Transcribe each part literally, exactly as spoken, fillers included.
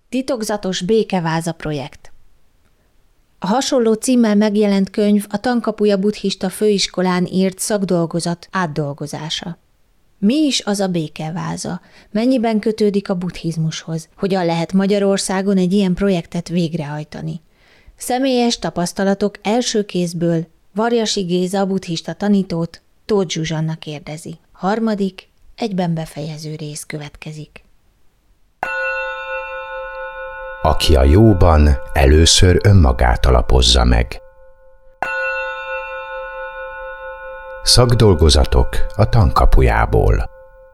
Titokzatos békeváza projekt. A hasonló címmel megjelent könyv a Tankapuja Buddhista Főiskolán írt szakdolgozat átdolgozása. Mi is az a békeváza? Mennyiben kötődik a buddhizmushoz? Hogyan lehet Magyarországon egy ilyen projektet végrehajtani? Személyes tapasztalatok első kézből Varjasi Géza buddhista tanítót Tóth Zsuzsanna kérdezi. Harmadik, egyben befejező rész következik. Aki a jóban először önmagát alapozza meg. Szakdolgozatok a Tankapujából.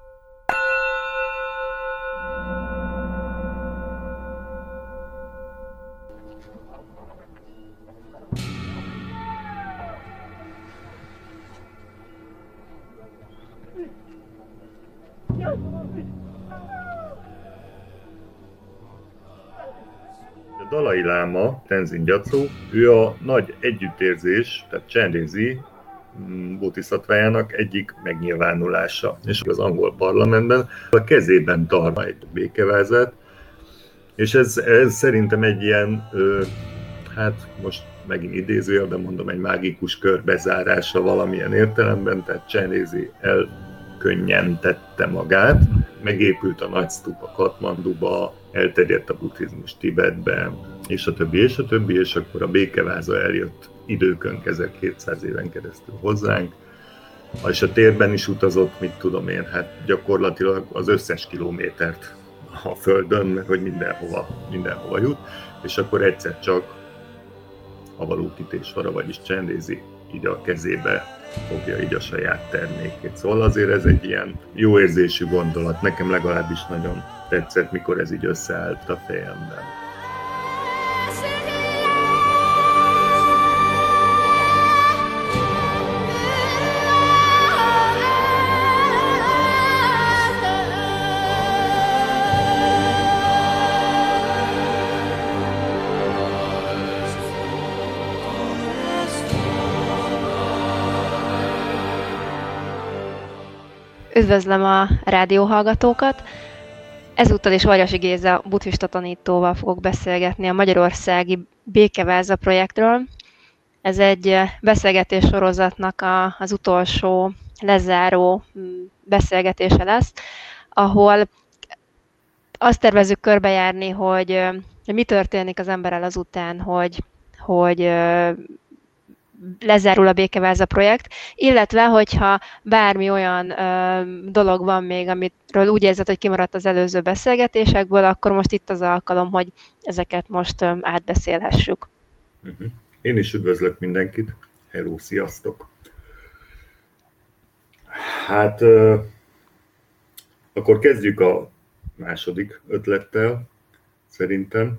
A Dalai Láma, Tenzin Gyatso, ő a nagy együttérzés, tehát Csenrezi bodhisattvájának egyik megnyilvánulása. És az angol parlamentben a kezében tart egy békevázát, és ez, ez szerintem egy ilyen, ö, hát most megint idézőjelben mondom, egy mágikus kör bezárása valamilyen értelemben, tehát Csenrezi elkönnyentette magát, megépült a nagy sztupa Katmanduba, elterjedt a buddhizmus Tibetbe, és a többi, és a többi, és akkor a békeváza eljött időkön ezerkétszáz éven keresztül hozzánk, és a térben is utazott, mit tudom én, hát gyakorlatilag az összes kilométert a Földön, mert hogy mindenhova, mindenhova jut, és akkor egyszer csak Avalokitésvara, vagyis Csenrezi így a kezébe fogja így a saját termékét. Szóval azért ez egy ilyen jó érzésű gondolat, nekem legalábbis nagyon tetszett, mikor ez így összeállt a fejemben. Üdvözlöm a rádióhallgatókat! Ezúttal is Varjasi Géza buddhista tanítóval fogok beszélgetni a magyarországi békeváza projektről. Ez egy beszélgetés sorozatnak a, az utolsó, lezáró beszélgetése lesz, ahol azt tervezzük körbejárni, hogy, hogy mi történik az emberrel azután, hogy, hogy lezárul a békeváza projekt, illetve hogyha bármi olyan ö, dolog van még, amitről úgy érzed, hogy kimaradt az előző beszélgetésekből, akkor most itt az alkalom, hogy ezeket most ö, átbeszélhessük. Én is üdvözlök mindenkit. Hello, sziasztok! Hát ö, akkor kezdjük a második ötlettel, szerintem,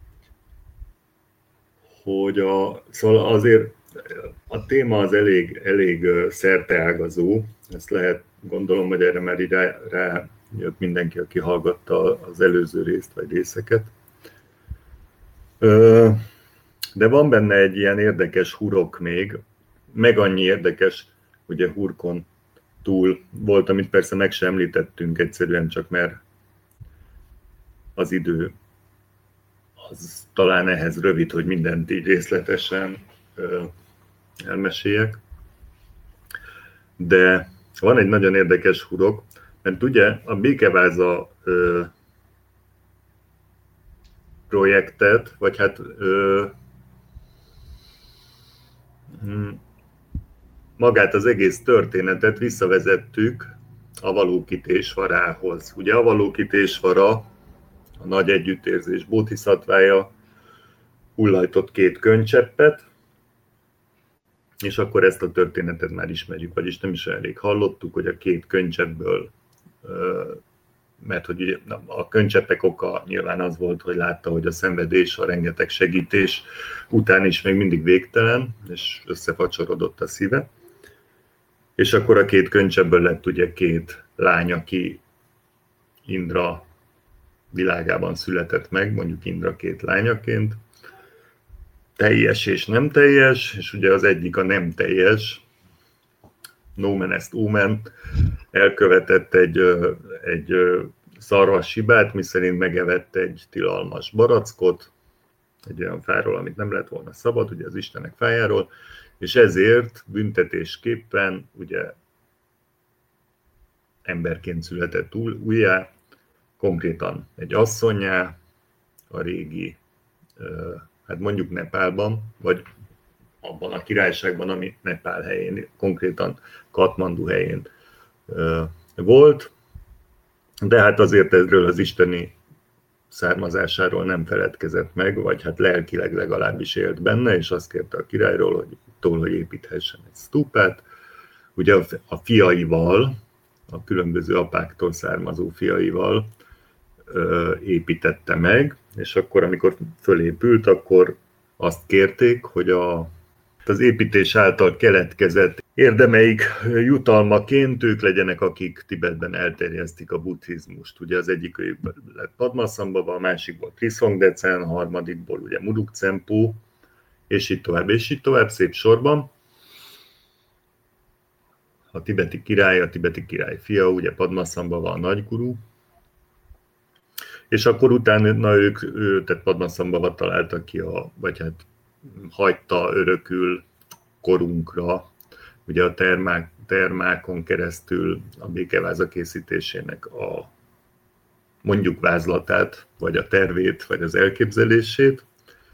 hogy a, szóval azért a téma az elég, elég szerteágazó, ezt lehet, gondolom, hogy erre már rá, rá jött mindenki, aki hallgatta az előző részt vagy részeket. De van benne egy ilyen érdekes hurok még, meg annyi érdekes, ugye hurkon túl volt, amit persze meg sem említettünk egyszerűen csak, mert az idő az talán ehhez rövid, hogy mindent így részletesen elmeséljek. De van egy nagyon érdekes hurok, mert ugye a békeváza ö, projektet, vagy hát ö, magát az egész történetet visszavezettük Avalokitésvarához. Ugye Avalokitésvara, a nagy együttérzés bodhisattvája hullajtott két könycseppet, és akkor ezt a történetet már ismerjük, vagyis nem is elég hallottuk, hogy a két könycseppből, mert hogy a könycseppek oka nyilván az volt, hogy látta, hogy a szenvedés, a rengeteg segítés után is még mindig végtelen, és összefacsarodott a szíve. És akkor a két könycseppből lett ugye két lány, aki Indra világában született meg, mondjuk Indra két lányaként, teljes és nem teljes, és ugye az egyik a nem teljes, Nomen est Omen, elkövetett egy, egy szarvas hibát, miszerint megevett egy tilalmas barackot, egy olyan fáról, amit nem lett volna szabad, ugye az Istenek fájáról, és ezért büntetésképpen ugye emberként született újjá, konkrétan egy asszonnyá, a régi, hát mondjuk Nepálban, vagy abban a királyságban, ami Nepál helyén, konkrétan Katmandu helyén volt, de hát azért ezről az isteni származásáról nem feledkezett meg, vagy hát lelkileg legalábbis élt benne, és azt kérte a királyról, hogy tól, hogy építhessen egy sztúpát. Ugye a fiaival, a különböző apáktól származó fiaival építette meg, és akkor, amikor fölépült, akkor azt kérték, hogy a, az építés által keletkezett érdemeik jutalmaként ők legyenek, akik Tibetben elterjesztik a buddhizmust. Ugye az egyik lett Padmasambhava, a másikból Trisong Detsen, a harmadikból ugye Muruk Tsempo, és így tovább, és így tovább, szép sorban. A tibeti király, a tibeti király fia, ugye Padmasambhava a nagyguru, és akkor utána ők, ő, tehát Padmasambhava találta ki, a, vagy hát hagyta örökül korunkra, ugye a termák, termákon keresztül a békeváza készítésének a mondjuk vázlatát, vagy a tervét, vagy az elképzelését.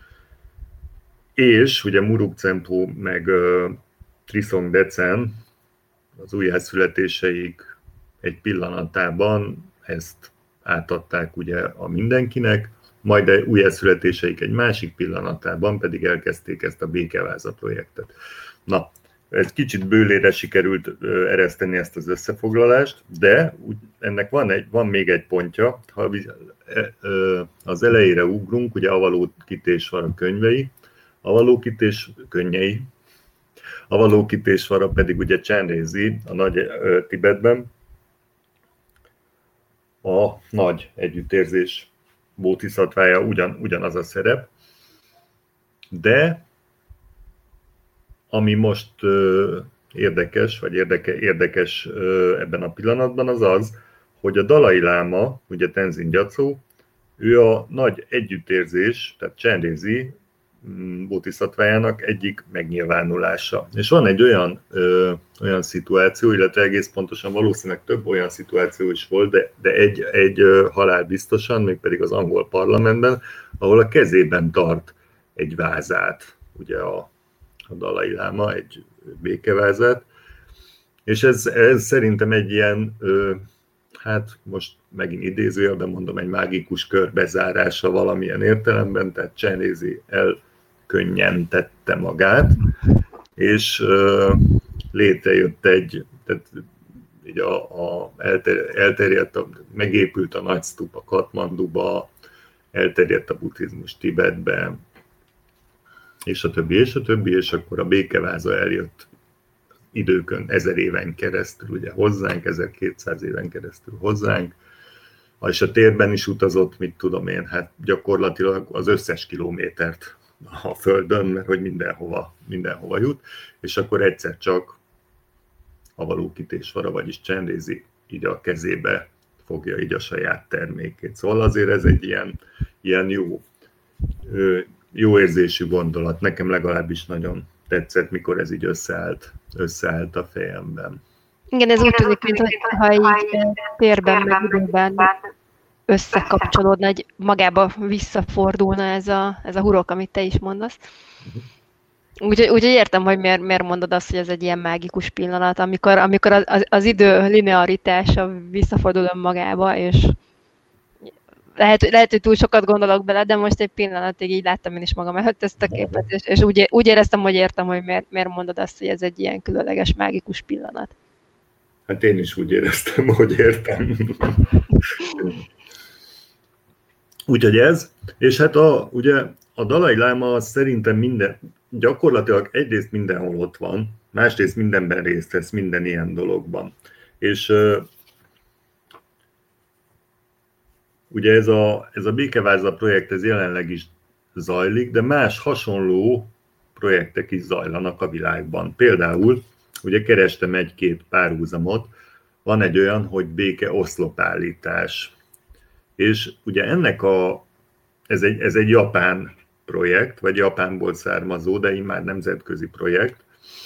És ugye Muruk Tsempo meg uh, Trisong Detsen az újjászületéseik egy pillanatában ezt átadták ugye a mindenkinek, majd a újjászületéseik egy másik pillanatában pedig elkezdték ezt a békeváza projektet. Na, egy kicsit bőlére sikerült ereszteni ezt az összefoglalást, de ennek van, egy, van még egy pontja, ha az elejére ugrunk, ugye Avalokitésvara könyvei, Avalokitésvara könnyei, Avalokitésvara pedig ugye Csenrezi, a nagy Tibetben, a nagy együttérzés bódhiszatvája ugyan, ugyanaz a szerep, de ami most ö, érdekes, vagy érdeke, érdekes ö, ebben a pillanatban az az, hogy a Dalai Láma, ugye Tenzin Gyatso, ő a nagy együttérzés, tehát Csenrezi bódhiszatvájának egyik megnyilvánulása. És van egy olyan, ö, olyan szituáció, illetve egész pontosan valószínűleg több olyan szituáció is volt, de, de egy, egy ö, halál biztosan, mégpedig az angol parlamentben, ahol a kezében tart egy vázát, ugye a, a Dalai Láma, egy békevázát, és ez, ez szerintem egy ilyen, ö, hát most megint idézőjelben mondom, egy mágikus kör bezárása valamilyen értelemben, tehát Csenrezi elkönnyentette magát, és uh, létrejött egy, tehát így a, a elter, elterjedt, a, megépült a nagy sztupa Katmanduba, elterjedt a buddhizmus Tibetbe, és a többi, és a többi, és akkor a békeváza eljött időkön, ezer éven keresztül ugye hozzánk, ezerkétszáz éven keresztül hozzánk, és a térben is utazott, mit tudom én, hát gyakorlatilag az összes kilométert a Földön, mert hogy mindenhova, mindenhova jut, és akkor egyszer csak Avalokitésvara, vagyis Csenrezi így a kezébe fogja így a saját termékét. Szóval azért ez egy ilyen, ilyen jó, jó érzésű gondolat. Nekem legalábbis nagyon tetszett, mikor ez így összeállt, összeállt a fejemben. Igen, ez úgy tűnik, mintha így térben, meg időben összekapcsolódna, hogy magába visszafordulna ez a, ez a hurok, amit te is mondasz. Úgyhogy úgy, értem, hogy miért, miért mondod azt, hogy ez egy ilyen mágikus pillanat, amikor, amikor az, az, az idő linearitása visszafordul önmagába, és lehet, lehet, hogy túl sokat gondolok bele, de most egy pillanatig így láttam én is magam előtt ezt a képet, és, és úgy, úgy éreztem, hogy értem, hogy miért, miért mondod azt, hogy ez egy ilyen különleges, mágikus pillanat. Hát én is úgy éreztem, hogy értem. Úgyhogy ez, és hát a, ugye a Dalai Láma szerintem minden, gyakorlatilag egyrészt mindenhol ott van, másrészt mindenben részt vesz, minden ilyen dologban. És uh, ugye ez a, ez a békeváza projekt, ez jelenleg is zajlik, de más hasonló projektek is zajlanak a világban. Például, ugye kerestem egy-két párhuzamot, van egy olyan, hogy béke oszlopállítás. És ugye ennek a, ez egy, ez egy japán projekt, vagy Japánból származó, de immár nemzetközi projekt.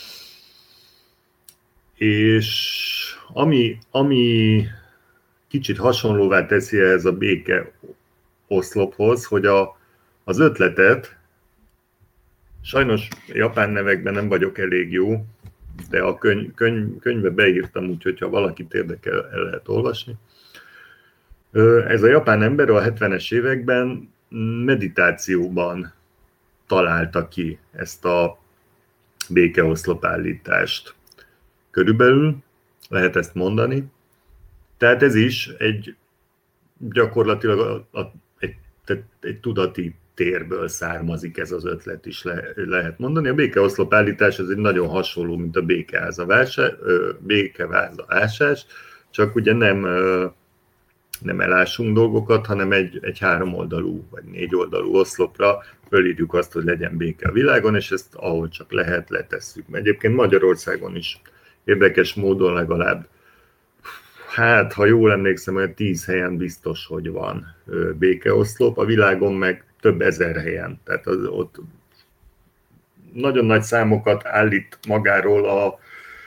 És ami, ami kicsit hasonlóvá teszi ez a béke oszlophoz, hogy a, az ötletet, sajnos japán nevekben nem vagyok elég jó, de a könyv, könyv, könyvbe beírtam, úgyhogy ha valakit érdekel, el lehet olvasni. Ez a japán ember a hetvenes években meditációban találta ki ezt a békeoszlopállítást. Körülbelül lehet ezt mondani. Tehát ez is egy gyakorlatilag a, a, egy, egy tudati térből származik ez az ötlet is, le, lehet mondani. A békeoszlopállítás ez egy nagyon hasonló, mint a békevázavásás, csak ugye nem, nem elásunk dolgokat, hanem egy, egy háromoldalú vagy négyoldalú oszlopra fölírjuk azt, hogy legyen béke a világon, és ezt ahol csak lehet, letesszük. Egyébként Magyarországon is érdekes módon legalább, hát ha jól emlékszem, olyan tíz helyen biztos, hogy van békeoszlop, a világon meg több ezer helyen. Tehát az, ott nagyon nagy számokat állít magáról a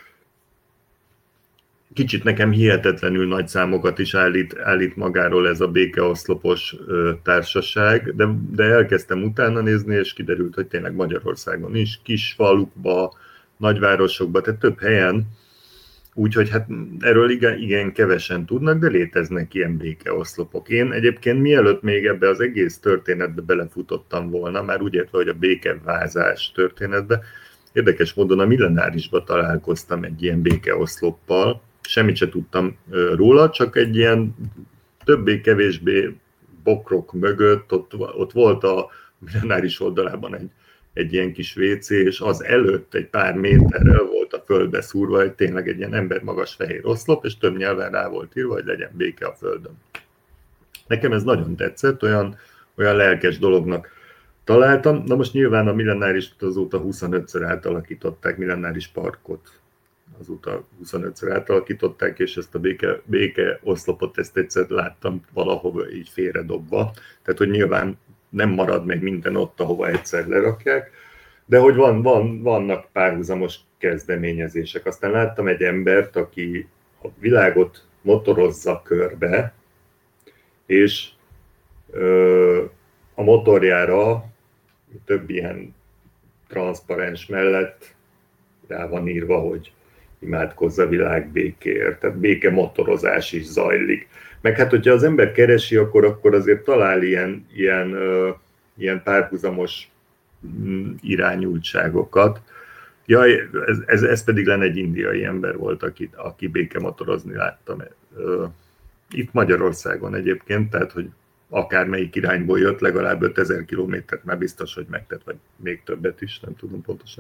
kicsit nekem hihetetlenül nagy számokat is állít, állít magáról ez a békeoszlopos társaság, de, de elkezdtem utána nézni, és kiderült, hogy tényleg Magyarországon is, kis falukba, nagyvárosokba, tehát több helyen, úgyhogy hát erről igen, igen kevesen tudnak, de léteznek ilyen békeoszlopok. Én egyébként mielőtt még ebbe az egész történetbe belefutottam volna, már úgy értve, hogy a békevázás történetbe, érdekes módon a millenárisba találkoztam egy ilyen békeoszloppal, semmit se tudtam róla, csak egy ilyen többé-kevésbé bokrok mögött, ott, ott volt a millenáris oldalában egy, egy ilyen kis vécé, és az előtt egy pár méterrel volt a földbe szúrva, egy tényleg egy ilyen embermagas fehér oszlop, és több nyelven rá volt írva, hogy legyen béke a földön. Nekem ez nagyon tetszett, olyan, olyan lelkes dolognak találtam. Na most nyilván a millenárist azóta huszonötször átalakították, millenáris parkot azóta huszonötször átalakították, és ezt a béke, béke oszlopot, ezt egyszer láttam valahova így félredobva. Tehát, hogy nyilván nem marad meg minden ott, ahova egyszer lerakják, de hogy van, van, vannak párhuzamos kezdeményezések. Aztán láttam egy embert, aki a világot motorozza körbe, és ö, a motorjára több ilyen transzparens mellett rá van írva, hogy imádkozz a világ békéért, tehát béke motorozás is zajlik. Meg hát, hogyha az ember keresi, akkor, akkor azért talál ilyen, ilyen, uh, ilyen párhuzamos um, irányultságokat. Jaj, ez, ez, ez pedig lenne egy indiai ember volt, aki, aki béke motorozni láttam. Uh, itt Magyarországon egyébként, tehát, hogy akármelyik irányból jött, legalább ötezer kilométert már biztos, hogy megtett, vagy még többet is, nem tudom pontosan.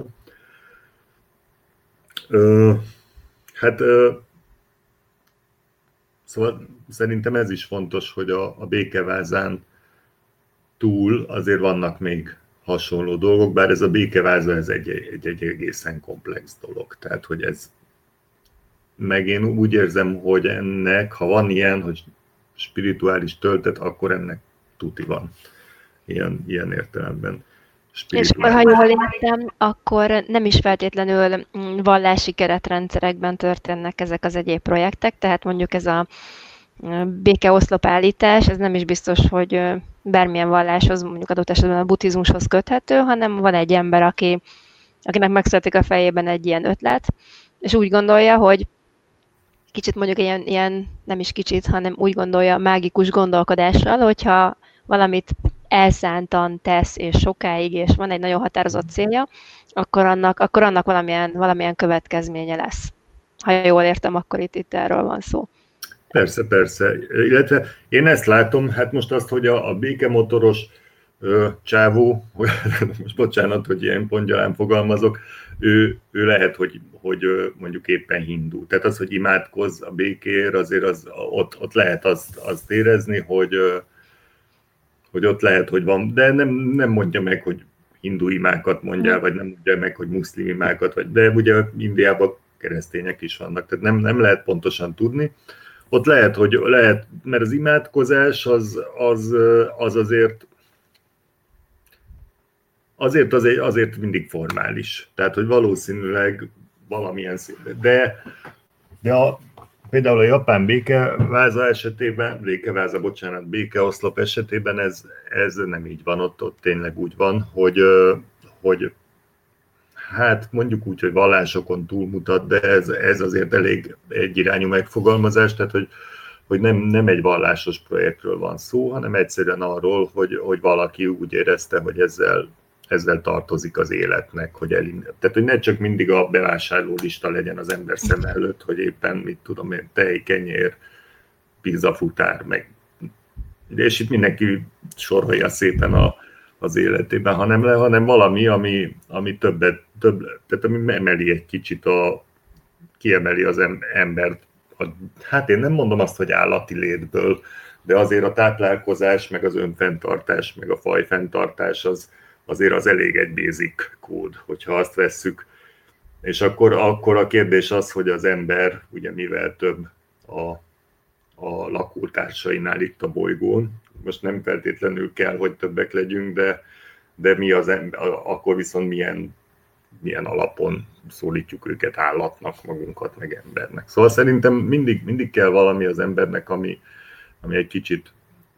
Uh, hát uh, szóval szerintem ez is fontos, hogy a, a békevázán túl azért vannak még hasonló dolgok, bár ez a békeváza ez egy, egy, egy egészen komplex dolog. Tehát, hogy ez meg én úgy érzem, hogy ennek, ha van ilyen, hogy spirituális töltet, akkor ennek tuti van. Ilyen, ilyen értelemben. És akkor, ha jól értem, akkor nem is feltétlenül vallási keretrendszerekben történnek ezek az egyéb projektek, tehát mondjuk ez a békeoszlopállítás, ez nem is biztos, hogy bármilyen valláshoz, mondjuk adott esetben a buddhizmushoz köthető, hanem van egy ember, aki, akinek megszületik a fejében egy ilyen ötlet, és úgy gondolja, hogy kicsit mondjuk ilyen, ilyen, nem is kicsit, hanem úgy gondolja mágikus gondolkodással, hogyha valamit elszántan tesz, és sokáig, és van egy nagyon határozott célja, akkor annak, akkor annak valamilyen, valamilyen következménye lesz. Ha jól értem, akkor itt, itt erről van szó. Persze, persze. Illetve én ezt látom, hát most azt, hogy a, a békemotoros ö, csávó, most bocsánat, hogy ilyen pontgyalán fogalmazok, ő, ő lehet, hogy, hogy mondjuk éppen hindu. Tehát az, hogy imádkozz a békéért, azért az, ott, ott lehet azt, azt érezni, hogy hogy ott lehet, hogy van, de nem, nem mondja meg, hogy hindu imákat mondjál, vagy nem mondja meg, hogy muszlim imákat, vagy, de ugye Indiában keresztények is vannak, tehát nem, nem lehet pontosan tudni. ott lehet, hogy lehet, mert az imádkozás az, az, az azért azért, azért, azért mindig formális. Tehát, hogy valószínűleg valamilyen szint. De, de a, például a japán békeváza esetében, békeváza, bocsánat, békeoszlop esetében ez, ez nem így van, ott, ott tényleg úgy van, hogy, hogy hát mondjuk úgy, hogy vallásokon túlmutat, de ez, ez azért elég egyirányú megfogalmazás, tehát hogy, hogy nem, nem egy vallásos projektről van szó, hanem egyszerűen arról, hogy, hogy valaki úgy érezte, hogy ezzel, ezzel tartozik az életnek, hogy elind... Tehát, hogy ne csak mindig a bevásárlólista legyen az ember szem előtt, hogy éppen, mit tudom én, tej, kenyér, pizzafutár, meg... És itt mindenki sorolja szépen a az életében, hanem, le, hanem valami, ami, ami többet, több, tehát ami emeli egy kicsit, a, kiemeli az embert. A, hát én nem mondom azt, hogy állati létből, de azért a táplálkozás, meg az önfenntartás, meg a fajfenntartás az, azért az elég egy basic kód, hogyha azt vesszük. És akkor, akkor a kérdés az, hogy az ember, ugye mivel több a, a lakótársainál itt a bolygón, most nem feltétlenül kell, hogy többek legyünk, de, de mi az ember, akkor viszont milyen, milyen alapon szólítjuk őket állatnak, magunkat, meg embernek. Szóval szerintem mindig, mindig kell valami az embernek, ami, ami egy kicsit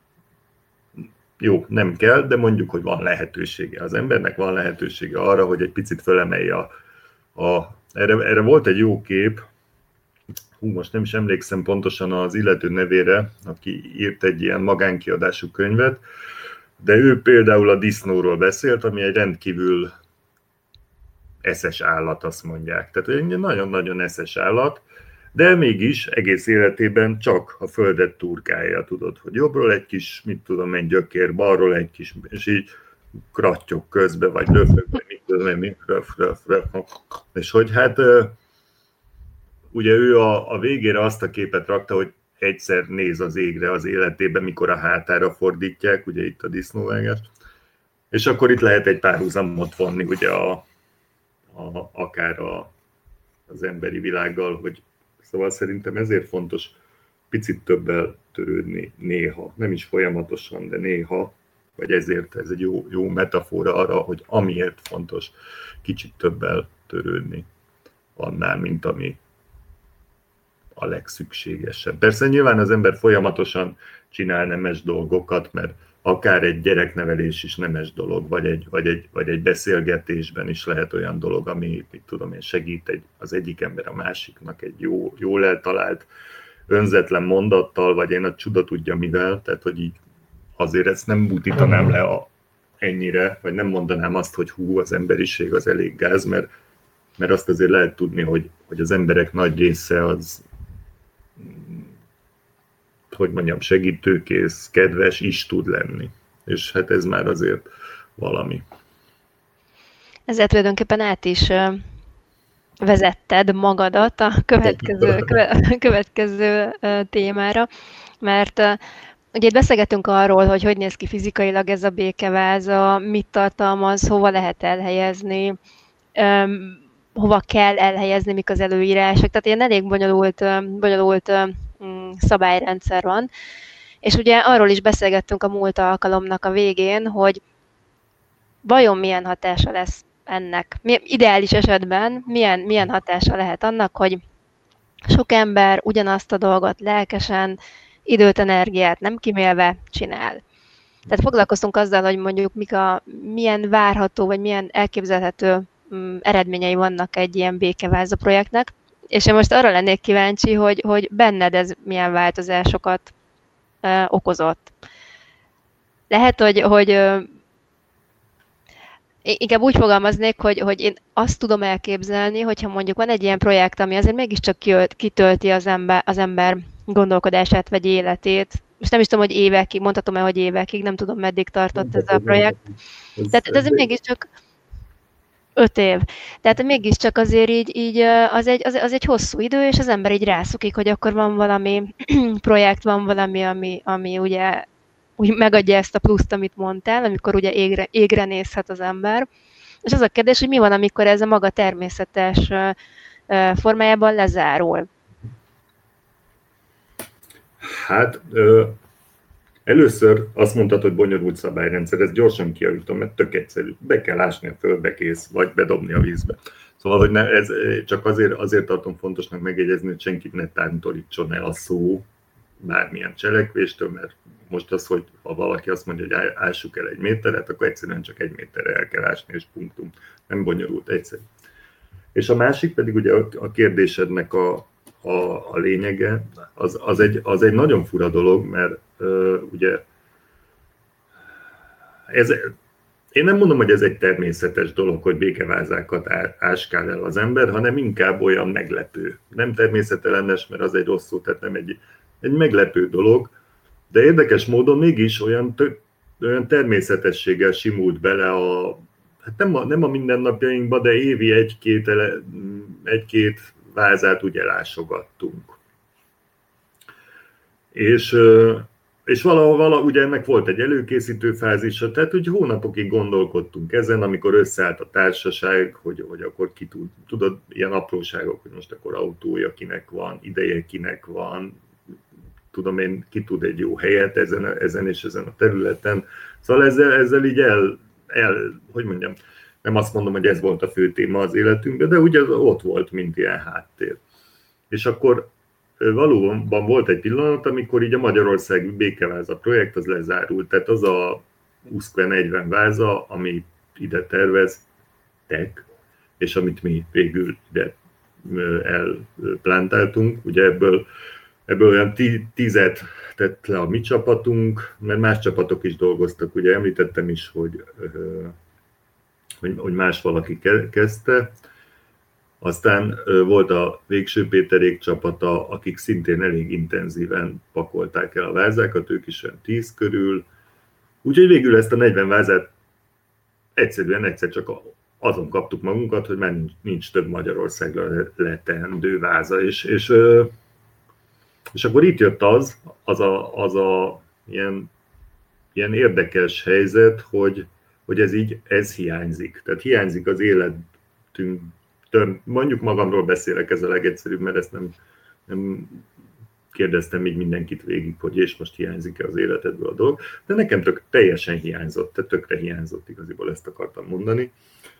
jó, nem kell, de mondjuk, hogy van lehetősége. Az embernek van lehetősége arra, hogy egy picit fölemelje a... a erre, erre volt egy jó kép, hú, most nem is emlékszem pontosan az illető nevére, aki írt egy ilyen magánkiadású könyvet, de ő például a disznóról beszélt, ami egy rendkívül eszes állat, azt mondják. Tehát egy nagyon-nagyon eszes állat, de mégis egész életében csak a földet turkálja, tudod, hogy jobbról egy kis, mit tudom én, gyökér, balról egy kis, és így krattyog közbe, vagy röfög, vagy mit tudom én, mit, röf, röf, röf, és hogy hát ugye ő a, a végére azt a képet rakta, hogy egyszer néz az égre az életében, mikor a hátára fordítják, ugye itt a disznóvágást, és akkor itt lehet egy párhuzamot vonni, ugye a, a, akár a, az emberi világgal, hogy szóval szerintem ezért fontos picit többel törődni néha, nem is folyamatosan, de néha, vagy ezért ez egy jó, jó metafora arra, hogy amiért fontos kicsit többel törődni annál, mint ami a legszükségesebb. Persze nyilván az ember folyamatosan csinál nemes dolgokat, mert akár egy gyereknevelés is nemes dolog, vagy egy, vagy egy, vagy egy beszélgetésben is lehet olyan dolog, ami, mit tudom én, segít egy, az egyik ember a másiknak egy jó, jól eltalált, önzetlen mondattal, vagy én a csuda tudja mivel, tehát hogy így azért ezt nem butítanám le a, ennyire, vagy nem mondanám azt, hogy hú, az emberiség az elég gáz, mert, mert azt azért lehet tudni, hogy, hogy az emberek nagy része az, hogy mondjam, segítőkész, kedves is tud lenni. És hát ez már azért valami. Ezzel tulajdonképpen át is vezetted magadat a következő, következő témára, mert ugye itt beszélgetünk arról, hogy hogy néz ki fizikailag ez a békeváza, mit tartalmaz, hova lehet elhelyezni, hova kell elhelyezni, mik az előírások. Tehát ilyen elég bonyolult, bonyolult szabályrendszer van. És ugye arról is beszélgettünk a múlt alkalomnak a végén, hogy vajon milyen hatása lesz ennek. Ideális esetben milyen, milyen hatása lehet annak, hogy sok ember ugyanazt a dolgot lelkesen, időt, energiát nem kimélve csinál. Tehát foglalkoztunk azzal, hogy mondjuk mik a, milyen várható, vagy milyen elképzelhető um, eredményei vannak egy ilyen békeváza projektnek, és én most arra lennék kíváncsi, hogy, hogy benned ez milyen változásokat uh, okozott. Lehet, hogy, hogy uh, inkább úgy fogalmaznék, hogy, hogy én azt tudom elképzelni, hogyha mondjuk van egy ilyen projekt, ami azért mégiscsak kitölti az ember, az ember gondolkodását vagy életét. Most nem is tudom, hogy évekig, mondhatom-e, hogy évekig, nem tudom, meddig tartott ez a projekt. Tehát ez azért mégiscsak öt év. Tehát mégiscsak azért így, így az, egy, az, az egy hosszú idő, és az ember így rászokik, hogy akkor van valami projekt, van valami, ami, ami ugye úgy megadja ezt a pluszt, amit mondtál, amikor ugye égre, égre nézhet az ember. És az a kérdés, hogy mi van, amikor ez a maga természetes formájában lezárul. Hát ö, először azt mondtad, hogy bonyolult szabályrendszer, ezt gyorsan kijavítom, mert tök egyszerű. Be kell ásni a földbe, kész, vagy bedobni a vízbe. Szóval, hogy ne, ez csak azért, azért tartom fontosnak megjegyezni, hogy senkit ne tántorítson el a szó bármilyen cselekvéstől, mert most az, hogy ha valaki azt mondja, hogy ássuk el egy méteret, akkor egyszerűen csak egy méterre el kell ásni, és punktum. Nem bonyolult, egyszerű. És a másik pedig ugye a kérdésednek a, a, a lényege, az, az, egy, az egy nagyon fura dolog, mert uh, ugye ez, én nem mondom, hogy ez egy természetes dolog, hogy békevázákat áskál el az ember, hanem inkább olyan meglepő. Nem természetellenes, mert az egy rossz szó, tehát nem egy, egy meglepő dolog, de érdekes módon mégis olyan, tök, olyan természetességgel simult bele a, hát nem a, nem a mindennapjainkba, de évi egy-két, ele, egy-két vázát úgy elásogattunk. És, és valahol, valahol ugye ennek volt egy előkészítő fázisa, tehát úgy hónapokig gondolkodtunk ezen, amikor összeállt a társaság, hogy, hogy akkor ki tud, tudod, ilyen apróságok, hogy most akkor autója kinek van, ideje kinek van, tudom én, ki tud egy jó helyet ezen, ezen és ezen a területen. Szóval ezzel, ezzel így el, el, hogy mondjam, nem azt mondom, hogy ez volt a fő téma az életünkben, de ugye ott volt, mint ilyen háttér. És akkor valóban volt egy pillanat, amikor így a Magyarországi Békeváza projekt az lezárult. Tehát az a húsz negyven váza, amit ide terveztek, és amit mi végül ide elplántáltunk, ugye ebből Ebből olyan tízet tett le a mi csapatunk, mert más csapatok is dolgoztak. Ugye említettem is, hogy, hogy, hogy más valaki kezdte. Aztán volt a Végső Péterék csapata, akik szintén elég intenzíven pakolták el a vázákat, ők is olyan tíz körül. Úgyhogy végül ezt a negyven vázát egyszerűen egyszer csak azon kaptuk magunkat, hogy már nincs, nincs több Magyarországra leteendő váza. És, és És akkor itt jött az, az a, az a ilyen, ilyen érdekes helyzet, hogy, hogy ez így, ez hiányzik. Tehát hiányzik az életünk, mondjuk magamról beszélek, ez a legegyszerűbb, mert ezt nem, nem kérdeztem így mindenkit végig, hogy és most hiányzik-e az életedből a dolog, de nekem tök teljesen hiányzott, tehát tökre hiányzott, igaziból ezt akartam mondani.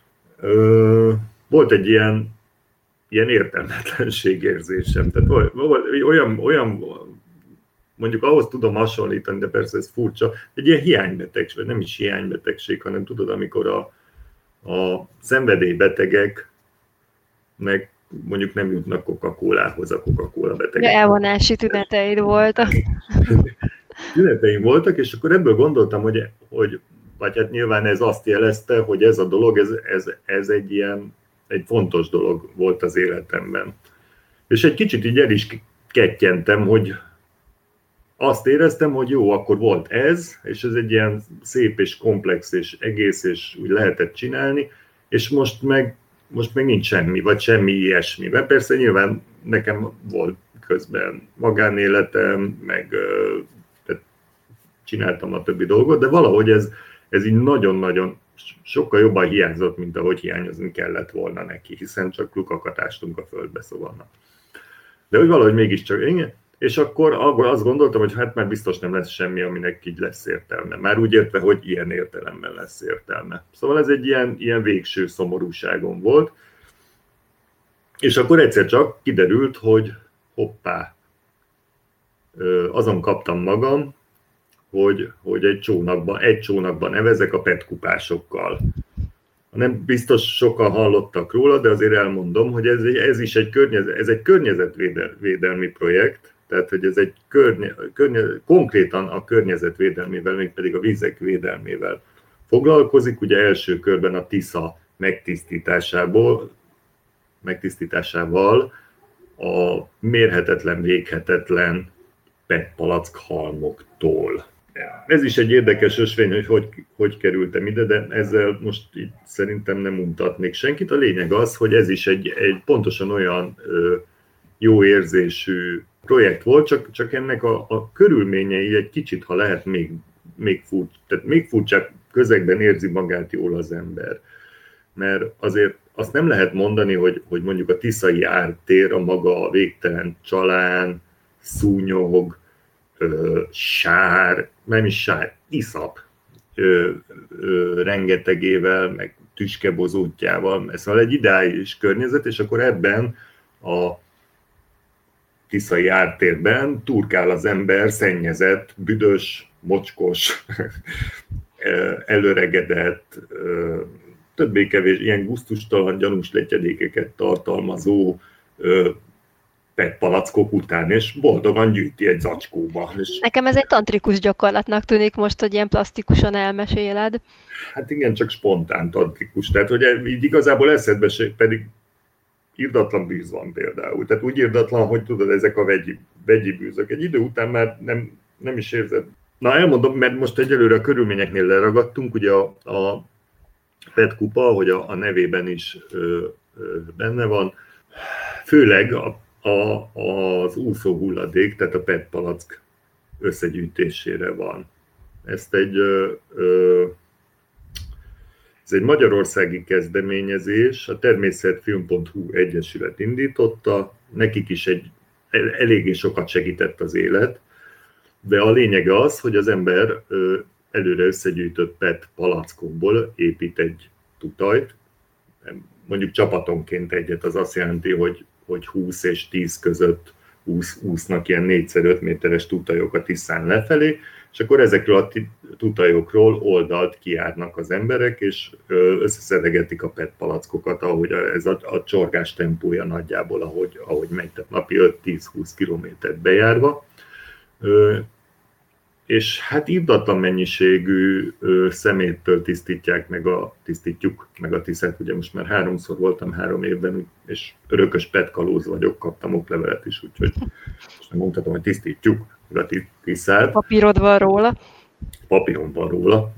Volt egy ilyen ilyen értelmetlenségérzésem. Tehát olyan, olyan, mondjuk ahhoz tudom hasonlítani, de persze ez furcsa, egy ilyen hiánybetegség, vagy nem is hiánybetegség, hanem tudod, amikor a, a szenvedélybetegek meg mondjuk nem jutnak Coca-Colához, a Coca-Cola betegek. Ja, elvonási tüneteid voltak. Tüneteim voltak, és akkor ebből gondoltam, hogy, hogy vagy hát nyilván ez azt jelezte, hogy ez a dolog, ez, ez, ez egy ilyen egy fontos dolog volt az életemben. És egy kicsit így el is kettyentem, hogy azt éreztem, hogy jó, akkor volt ez, és ez egy ilyen szép és komplex és egész, és úgy lehetett csinálni, és most meg, most meg nincs semmi, vagy semmi ilyesmi. Mert persze nyilván nekem volt közben magánéletem, meg tehát csináltam a többi dolgot, de valahogy ez, ez így nagyon-nagyon sokkal jobban hiányzott, mint ahogy hiányozni kellett volna neki, hiszen csak lukakat ástunk a földbe, szóval. De hogy valahogy mégiscsak, igen. És akkor azt gondoltam, hogy hát már biztos nem lesz semmi, aminek így lesz értelme. Már úgy értve, hogy ilyen értelemben lesz értelme. Szóval ez egy ilyen, ilyen végső szomorúságom volt. És akkor egyszer csak kiderült, hogy hoppá, azon kaptam magam, hogy, hogy egy csónakban, egy csónakban nevezek a petkupásokkal. Nem biztos sokan hallottak róla, de azért elmondom, hogy ez, ez is egy, környezet, ez egy környezetvédelmi projekt, tehát hogy ez egy környe, környe, konkrétan a környezetvédelmével, mégpedig a vizek védelmével foglalkozik. Ugye első körben a Tisza megtisztításából, megtisztításával a mérhetetlen, véghetetlen petpalack halmoktól. Ez is egy érdekes ösvény, hogy, hogy hogy kerültem ide, de ezzel most így szerintem nem mutatnék senkit. A lényeg az, hogy ez is egy, egy pontosan olyan ö, jó érzésű projekt volt, csak, csak ennek a, a körülményei egy kicsit, ha lehet, még, még, furcs, tehát még furcsább közegben érzi magát jól az ember. Mert azért azt nem lehet mondani, hogy, hogy mondjuk a tiszai ártér a maga végtelen csalán, szúnyog, ö, sár, nem is sár, iszap ö, ö, rengetegével, meg tüskebozótjával, szóval egy ideális környezet, és akkor ebben a tiszai ártérben turkál az ember szennyezett, büdös, mocskos, előregedett, többé-kevés ilyen gusztustalan, gyanús letyedékeket tartalmazó pet palackok után, és boldogan gyűjti egy zacskóba. És nekem ez egy tantrikus gyakorlatnak tűnik most, hogy ilyen plastikusan elmeséled. Hát igen, csak spontán tantrikus. Tehát, hogy így igazából eszedbe se, pedig irdatlan bűz van például. Tehát úgy irdatlan, hogy tudod, ezek a vegyi, vegyi bűzök. Egy idő után már nem, nem is érzed. Na, elmondom, mert most egyelőre a körülményeknél leragadtunk, ugye a, a pet kupa, hogy a, a nevében is ö, ö, benne van, főleg a, a, az úszó hulladék, tehát a pet palack összegyűjtésére van. Ezt egy, ö, ö, ez egy magyarországi kezdeményezés, a természetfilm pont hu egyesület indította, nekik is egy, eléggé sokat segített az élet, de a lényege az, hogy az ember ö, előre összegyűjtött pet palackokból épít egy tutajt, mondjuk csapatonként egyet, az azt jelenti, hogy, hogy húsz és tíz között úsznak ilyen négy szer öt méteres tutajok a Tiszán lefelé, és akkor ezekről a tutajokról oldalt kijárnak az emberek, és összeszedegetik a pet palackokat, ahogy ez a, a csorgás tempója nagyjából, ahogy, ahogy megy, tehát napi öt-tíz-húsz kilométert bejárva. És hát irdatlan mennyiségű ö, szeméttől tisztítják meg a, tisztítjuk meg a Tiszát, ugye most már háromszor voltam három évben, és örökös petkalóz vagyok, kaptam oklevelet is, úgyhogy most nem mondhatom, hogy tisztítjuk meg a Tiszát. Papírod van róla. Papíron van róla.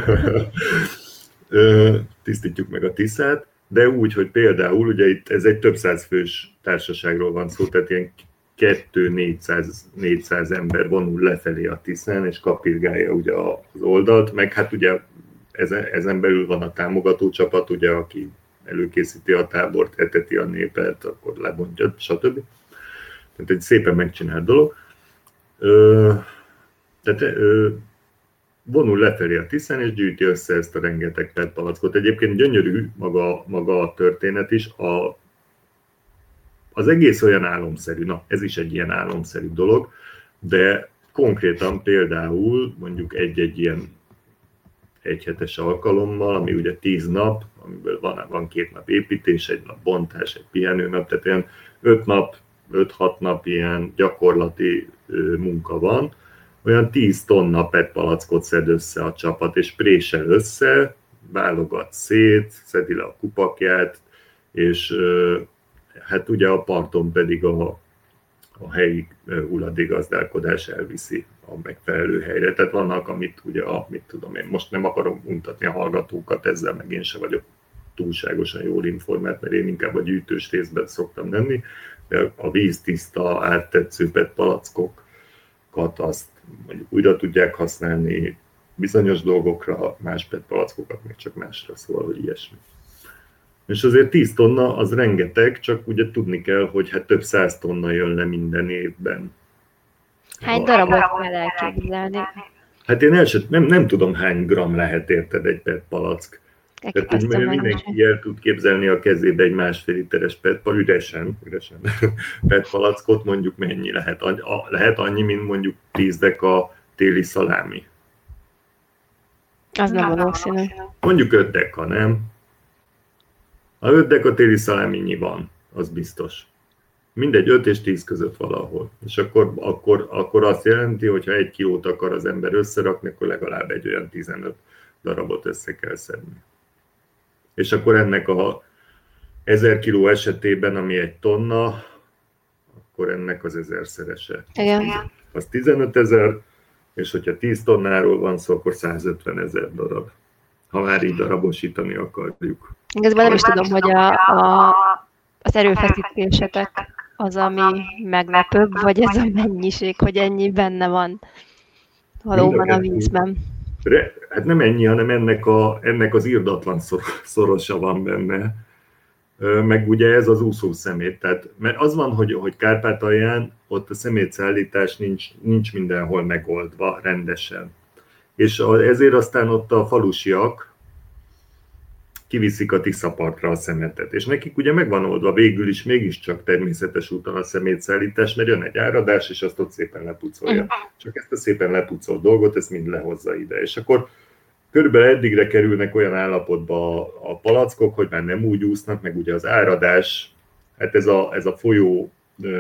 ö, tisztítjuk meg a Tiszát, de úgy, hogy például, ugye itt ez egy több száz fős társaságról van szó, tehát ilyen kétszáz-négyszáz ember vonul lefelé a Tiszán, és kapirgálja ugye az oldalt, meg hát ugye ezen, ezen belül van a támogató csapat, ugye, aki előkészíti a tábort, eteti a népet, akkor lebontja, stb. Tehát egy szépen megcsinált dolog. Ö, tehát ö, vonul lefelé a Tiszán, és gyűjti össze ezt a rengeteg pet palackot. Egyébként gyönyörű maga, maga a történet is, a Az egész olyan álomszerű, na ez is egy ilyen álomszerű dolog, de konkrétan például mondjuk egy-egy ilyen egyhetes alkalommal, ami ugye tíz nap, amiből van, van két nap építés, egy nap bontás, egy pihenőnap, tehát olyan öt nap, öt-hat nap ilyen gyakorlati ö, munka van, olyan tíz tonna pet palackot szed össze a csapat, és présel össze, válogat szét, szedi le a kupakját, és ö, hát ugye a parton pedig a, a helyi hulladékgazdálkodás elviszi a megfelelő helyre. Tehát vannak, amit ugye, a, mit tudom én, most nem akarom mutatni a hallgatókat ezzel, meg én sem vagyok túlságosan jól informált, mert én inkább a gyűjtős részben szoktam lenni, de a víztiszta, áttetsző pet palackokat azt mondjuk újra tudják használni bizonyos dolgokra, más pet palackokat még csak másra, szóval, hogy ilyesmi. És azért tíz tonna az rengeteg, csak ugye tudni kell, hogy hát több száz tonna jön le minden évben. Hány darabot kell elképzelni? Hát én el sem, nem, nem tudom, hány gram lehet érted egy pet palack. Tehát úgy, mert mindenki el tud képzelni a kezébe egy másfél literes pet palack, üresen, üresen pet palackot, mondjuk mennyi lehet? A, lehet annyi, mint mondjuk tíz deka téli szalámi. Az nem valószínű. Mondjuk öt deka, nem? A öt deka téli szaláminyi van, az biztos. Mindegy, öt és tíz között valahol. És akkor, akkor, akkor azt jelenti, hogy ha egy kilót akar az ember összerakni, akkor legalább egy olyan tizenöt darabot össze kell szedni. És akkor ennek a ezer kiló esetében, ami egy tonna, akkor ennek az ezerszerese. Igen. Az tizenöt ezer, és hogyha tíz tonnáról van szó, akkor százötven ezer darab. Ha már így darabosítani akarjuk. Igazából nem is tudom, hogy a, a, az erőfeszítésetek az, ami meglepőbb, vagy ez a mennyiség, hogy ennyi benne van valóban a vízben. Hát nem ennyi, hanem ennek, a, ennek az irdatlan szorosa van benne. meg ugye ez az úszó szemét. Tehát, mert az van, hogy, hogy Kárpátalján ott a szemétszállítás nincs, nincs mindenhol megoldva rendesen. És ezért aztán ott a falusiak kiviszik a Tiszapartra a szemetet. És nekik ugye megvan oldva végül is mégiscsak természetes úton a szemétszállítás, mert jön egy áradás, és azt ott szépen lepucolja. Csak ezt a szépen lepucolt dolgot, ezt mind lehozza ide. És akkor körülbelül eddigre kerülnek olyan állapotba a, a palackok, hogy már nem úgy úsznak, meg ugye az áradás, hát ez a, ez a folyó,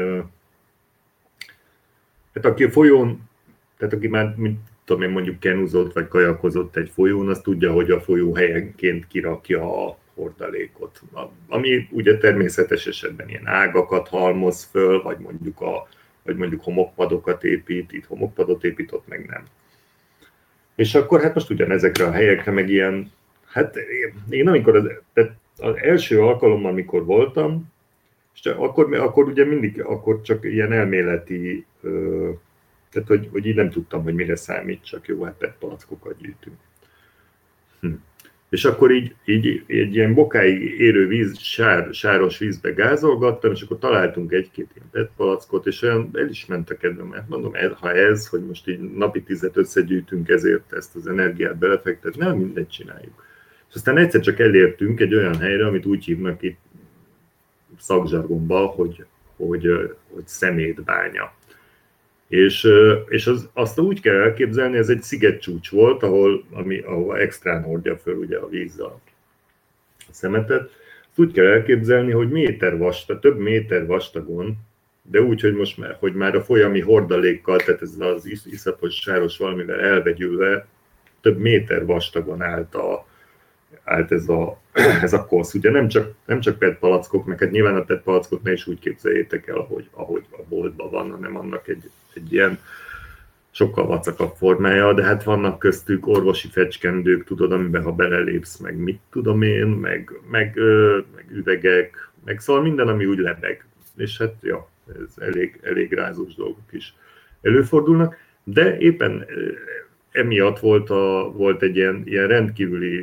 hát aki a folyón, tehát aki már, mint tudom én, mondjuk kenúzott vagy kajakozott egy folyón, az tudja, hogy a folyó helyenként kirakja a hordalékot. Ami ugye természetes esetben ilyen ágakat halmoz föl, vagy mondjuk, a, vagy mondjuk homokpadokat épít, itt homokpadot épít, ott meg nem. És akkor hát most ugyanezekre a helyekre meg ilyen, hát én amikor az, tehát az első alkalommal, amikor voltam, és akkor, akkor ugye mindig, akkor csak ilyen elméleti, tehát hogy, hogy így nem tudtam, hogy mire számít, csak jó, hát pet palackokat gyűjtünk. Hm. És akkor így, így egy ilyen bokáig érő víz, sár, sáros vízbe gázolgattam, és akkor találtunk egy-két ilyen pet palackot, és olyan el is ment a kedvem, mert mondom, ha ez, hogy most így napi tízet összegyűjtünk, ezért ezt az energiát belefektet, nem mindegy csináljuk. És aztán egyszer csak elértünk egy olyan helyre, amit úgy hívnak itt szakzsargonban, hogy, hogy, hogy szemétbánya. És, és az, azt úgy kell elképzelni, ez egy szigetcsúcs volt, ahol, ami, ahol extrán hordja föl ugye a víz a szemetet. Azt úgy kell elképzelni, hogy méter vastag, több méter vastagon, de úgy, hogy most már, hogy már a folyami hordalékkal, tehát ez az iszapos sáros valamivel elvegyülve, több méter vastagon állt, a, állt ez, a, ez a kosz. Ugye nem csak, nem csak pet palackok, meg hát nyilván a pet palackot ne is úgy képzeljétek el, ahogy, ahogy a boltban van, hanem annak egy, egy ilyen sokkal vacakabb formája, de hát vannak köztük orvosi fecskendők, tudod, amiben ha belelépsz, meg mit tudom én, meg, meg, meg üvegek, meg szóval minden, ami úgy lebeg. És hát, ja, ez elég, elég rázós dolgok is előfordulnak, de éppen emiatt volt, a, volt egy ilyen, ilyen rendkívüli,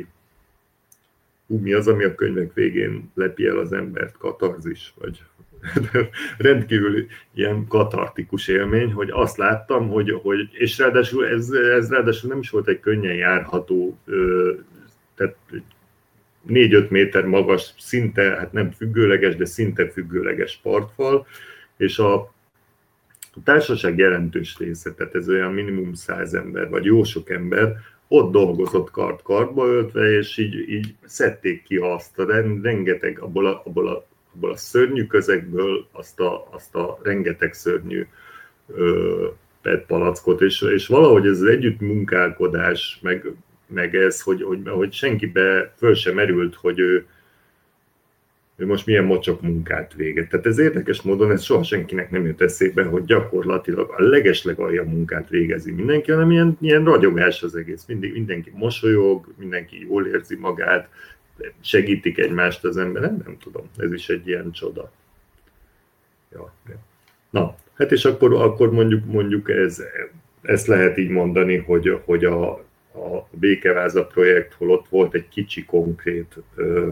ú, mi az, ami a könyvek végén lepi el az embert, katarzis, vagy rendkívül ilyen katartikus élmény, hogy azt láttam, hogy, hogy és ráadásul ez, ez ráadásul nem is volt egy könnyen járható, tehát négy-öt méter magas, szinte, hát nem függőleges, de szinte függőleges partfal, és a, a társaság jelentős része, tehát ez olyan minimum száz ember, vagy jó sok ember, ott dolgozott kart-kartba öltve, és így, így szedték ki azt a rengeteg, abból a, abból a abból a szörnyű közegből azt a, azt a rengeteg szörnyű pet palackot, és, és valahogy ez az együttmunkálkodás, meg, meg ez, hogy, hogy, hogy senkibe föl sem merült, hogy ő, ő most milyen mocsok munkát végez. Tehát ez érdekes módon, ez soha senkinek nem jött eszébe, hogy gyakorlatilag a legeslegalja munkát végezi mindenki, hanem ilyen, ilyen ragyogás az egész. Mindig, mindenki mosolyog, mindenki jól érzi magát, segítik egymást az ember, nem, nem tudom, ez is egy ilyen csoda. Ja, ja. Na, hát és akkor, akkor mondjuk, mondjuk ez, ezt lehet így mondani, hogy, hogy a, a Békeváza projekt, hol ott volt egy kicsi konkrét, ö,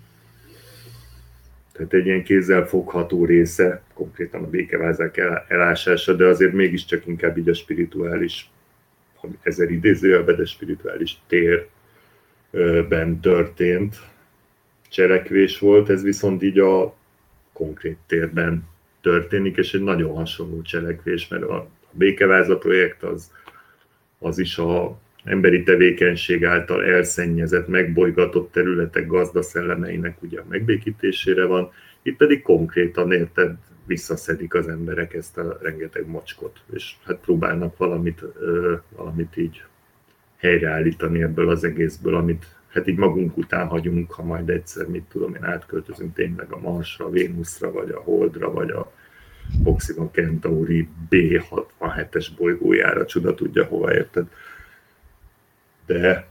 tehát egy ilyen kézzel fogható része, konkrétan a békevázák elásása, de azért mégiscsak inkább így a spirituális, ezer idézőjelben, de spirituális tér, ben történt cselekvés volt, ez viszont így a konkrét térben történik, és egy nagyon hasonló cselekvés, mert a Békeváza projekt az, az is az emberi tevékenység által elszennyezett, megbolygatott területek gazdaszellemeinek ugye a megbékítésére van, itt pedig konkrétan érted, visszaszedik az emberek ezt a rengeteg mocskot, és hát próbálnak valamit, valamit így helyreállítani ebből az egészből, amit hát így magunk után hagyunk, ha majd egyszer, mit tudom én, átköltözünk tényleg a Marsra, a Vénuszra, vagy a Holdra, vagy a Proxima Centauri bé hatvanhetes bolygójára, csuda tudja hova, érted. De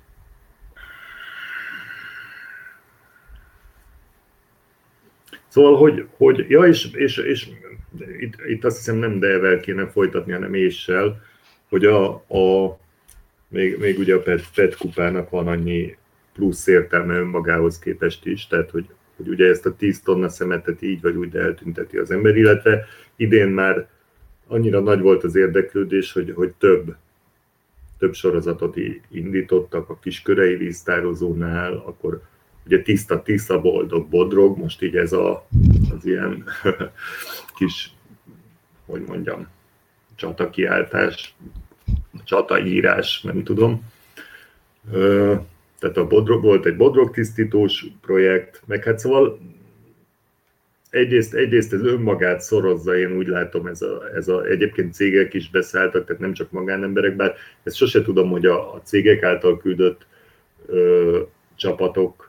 szóval, hogy, hogy ja, és, és, és itt, itt azt hiszem nem de-vel kéne folytatni, hanem éssel, hogy a, a Még, még ugye a pet, pet kupának van annyi plusz értelme önmagához képest is, tehát hogy, hogy ugye ezt a tíz tonna szemetet így vagy úgy eltünteti az ember, illetve idén már annyira nagy volt az érdeklődés, hogy, hogy több, több sorozatot indítottak a Kiskörei víztározónál, akkor ugye tiszta, tiszta, boldog, bodrog, most így ez a, az ilyen kis, hogy mondjam, csatakiáltás, csataírás, nem tudom. Tehát a bodrog, volt egy bodrogtisztítós projekt, meg hát szóval egyrészt, egyrészt ez önmagát szorozza, én úgy látom, ez a, ez a, egyébként cégek is beszálltak, tehát nem csak magánemberek, bár ezt sose tudom, hogy a, a cégek által küldött ö, csapatok